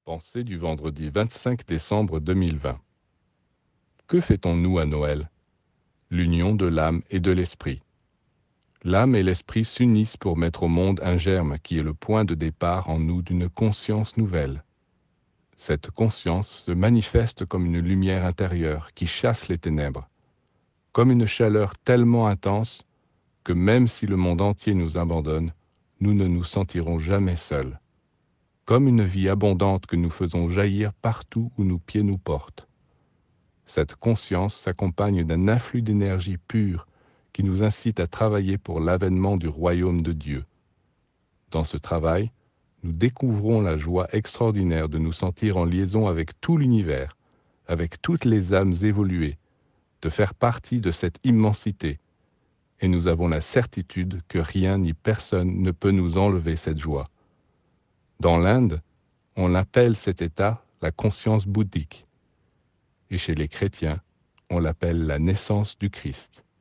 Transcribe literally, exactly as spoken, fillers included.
Pensée du vendredi vingt-cinq décembre deux mille vingt. Que fêtons-nous à Noël? L'union de l'âme et de l'esprit. L'âme et l'esprit s'unissent pour mettre au monde un germe qui est le point de départ en nous d'une conscience nouvelle. Cette conscience se manifeste comme une lumière intérieure qui chasse les ténèbres, comme une chaleur tellement intense que même si le monde entier nous abandonne, nous ne nous sentirons jamais seuls, comme une vie abondante que nous faisons jaillir partout où nos pieds nous portent. Cette conscience s'accompagne d'un afflux d'énergie pure qui nous incite à travailler pour l'avènement du royaume de Dieu. Dans ce travail, nous découvrons la joie extraordinaire de nous sentir en liaison avec tout l'univers, avec toutes les âmes évoluées, de faire partie de cette immensité, et nous avons la certitude que rien ni personne ne peut nous enlever cette joie. Dans l'Inde, on appelle cet état la conscience bouddhique, et chez les chrétiens, on l'appelle la naissance du Christ.